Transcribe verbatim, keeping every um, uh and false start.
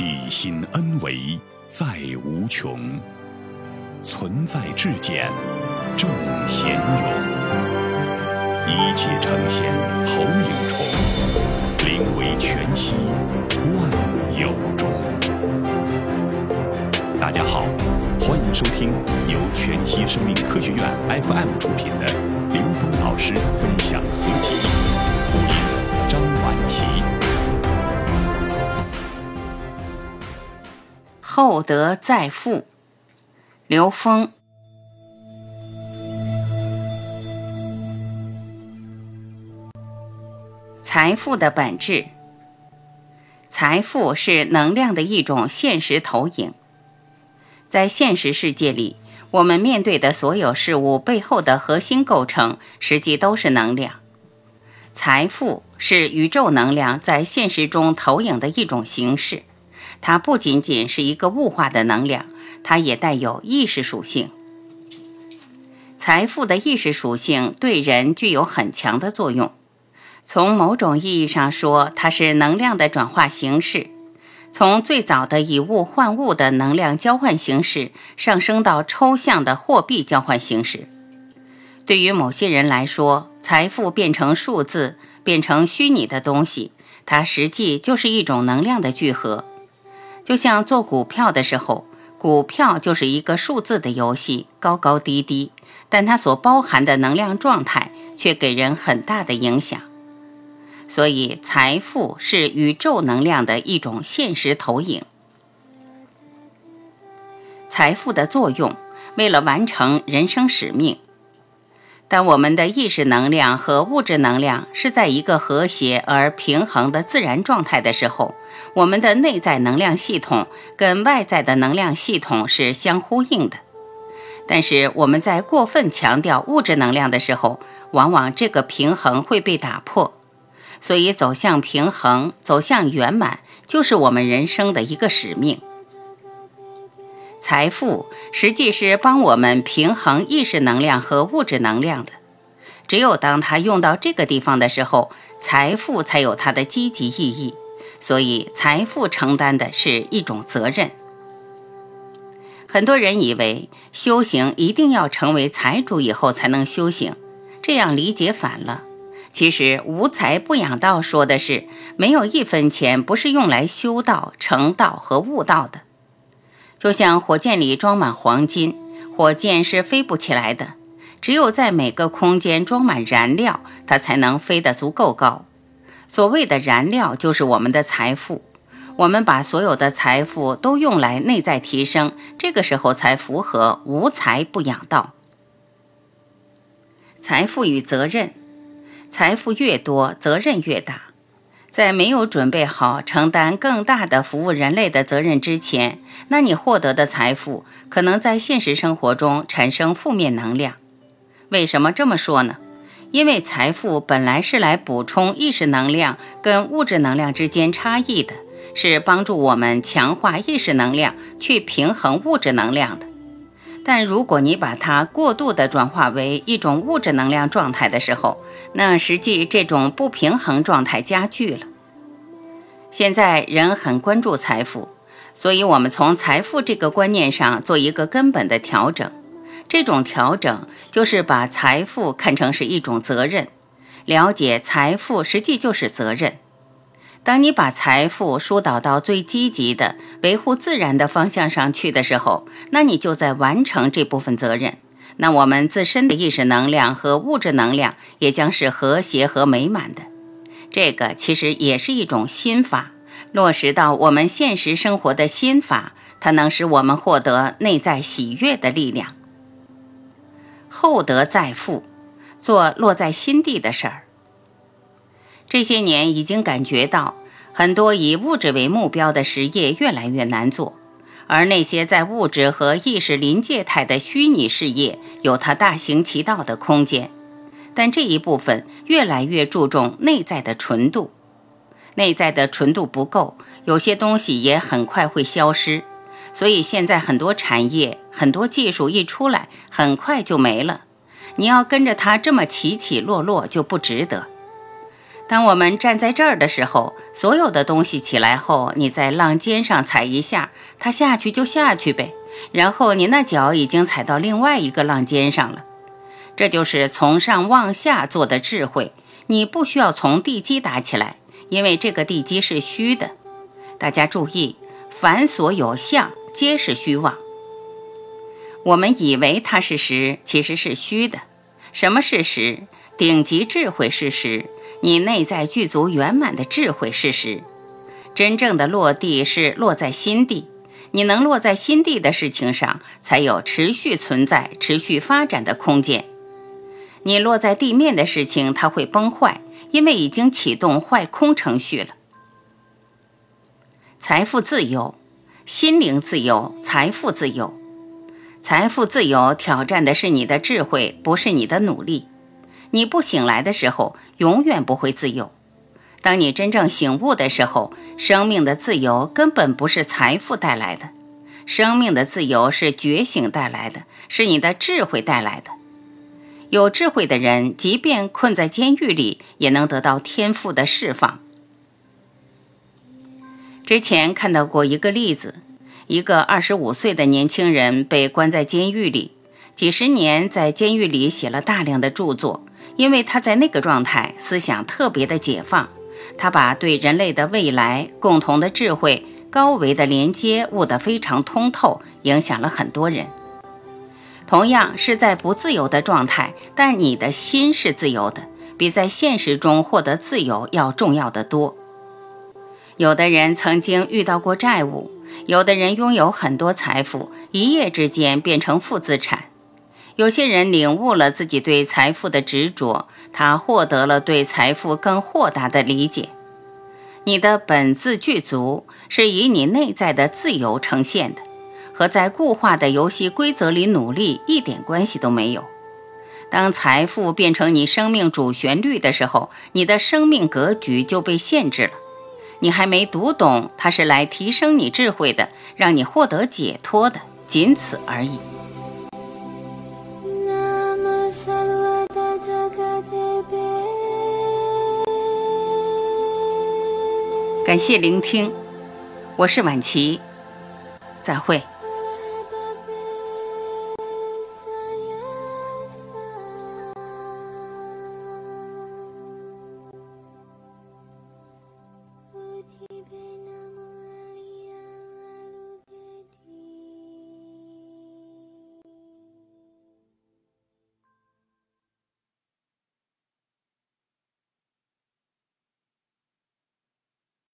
体心恩为在无穷，存在至简正贤勇。一切呈现投影重，灵为全息万有中。大家好，欢迎收听由全息生命科学院 F M 出品的刘峰老师分享合集，播音张婉琪。 厚德载富，刘峰。财富的本质，财富是能量的一种现实投影。在现实世界里，我们面对的所有事物背后的核心构成，实际都是能量。财富是宇宙能量在现实中投影的一种形式，它不仅仅是一个物化的能量，它也带有意识属性。财富的意识属性对人具有很强的作用。从某种意义上说，它是能量的转化形式，从最早的以物换物的能量交换形式上升到抽象的货币交换形式。对于某些人来说，财富变成数字，变成虚拟的东西，它实际就是一种能量的聚合。就像做股票的时候，股票就是一个数字的游戏，高高低低，但它所包含的能量状态却给人很大的影响。所以财富是宇宙能量的一种现实投影。财富的作用，为了完成人生使命。当我们的意识能量和物质能量是在一个和谐而平衡的自然状态的时候，我们的内在能量系统跟外在的能量系统是相呼应的。但是我们在过分强调物质能量的时候，往往这个平衡会被打破。所以走向平衡，走向圆满，就是我们人生的一个使命。财富实际是帮我们平衡意识能量和物质能量的。只有当它用到这个地方的时候，财富才有它的积极意义。所以财富承担的是一种责任。很多人以为修行一定要成为财主以后才能修行，这样理解反了。其实无财不养道说的是，没有一分钱不是用来修道、成道和悟道的。就像火箭里装满黄金，火箭是飞不起来的，只有在每个空间装满燃料，它才能飞得足够高。所谓的燃料就是我们的财富，我们把所有的财富都用来内在提升，这个时候才符合无财不养道。财富与责任，财富越多，责任越大。在没有准备好承担更大的服务人类的责任之前，那你获得的财富可能在现实生活中产生负面能量。为什么这么说呢？因为财富本来是来补充意识能量跟物质能量之间差异的，是帮助我们强化意识能量去平衡物质能量的。但如果你把它过度地转化为一种物质能量状态的时候，那实际这种不平衡状态加剧了。现在人很关注财富，所以我们从财富这个观念上做一个根本的调整。这种调整就是把财富看成是一种责任，了解财富实际就是责任。当你把财富疏导到最积极的维护自然的方向上去的时候，那你就在完成这部分责任。那我们自身的意识能量和物质能量也将是和谐和美满的。这个其实也是一种心法，落实到我们现实生活的心法，它能使我们获得内在喜悦的力量。厚德载富，做落在心地的事儿。这些年已经感觉到，很多以物质为目标的实业越来越难做，而那些在物质和意识临界态的虚拟事业有它大行其道的空间。但这一部分越来越注重内在的纯度，内在的纯度不够，有些东西也很快会消失。所以现在很多产业、很多技术一出来，很快就没了。你要跟着它这么起起落落就不值得。 当我们站在这儿的时候，所有的东西起来后，你在浪尖上踩一下，它下去就下去呗，然后你那脚已经踩到另外一个浪尖上了。这就是从上往下做的智慧，你不需要从地基打起来，因为这个地基是虚的。大家注意，凡所有相，皆是虚妄。我们以为它是实，其实是虚的。什么是实？顶级智慧是实，你内在具足圆满的智慧是实。真正的落地是落在心地，你能落在心地的事情上，才有持续存在、持续发展的空间。你落在地面的事情，它会崩坏，因为已经启动坏空程序了。财富自由，心灵自由，财富自由。财富自由挑战的是你的智慧，不是你的努力。你不醒来的时候，永远不会自由。当你真正醒悟的时候，生命的自由根本不是财富带来的，生命的自由是觉醒带来的，是你的智慧带来的。有智慧的人，即便困在监狱里，也能得到天赋的释放。之前看到过一个例子，一个二十五岁的年轻人被关在监狱里，几十年在监狱里写了大量的著作，因为他在那个状态思想特别的解放，他把对人类的未来、共同的智慧、高维的连接悟得非常通透，影响了很多人。同样是在不自由的状态，但你的心是自由的，比在现实中获得自由要重要得多。有的人曾经遇到过债务，有的人拥有很多财富，一夜之间变成负资产。有些人领悟了自己对财富的执着，他获得了对财富更豁达的理解。你的本自具足，是以你内在的自由呈现的，和在固化的游戏规则里努力一点关系都没有。当财富变成你生命主旋律的时候，你的生命格局就被限制了。你还没读懂，它是来提升你智慧的，让你获得解脱的，仅此而已。感谢聆听，我是婉琪，再会。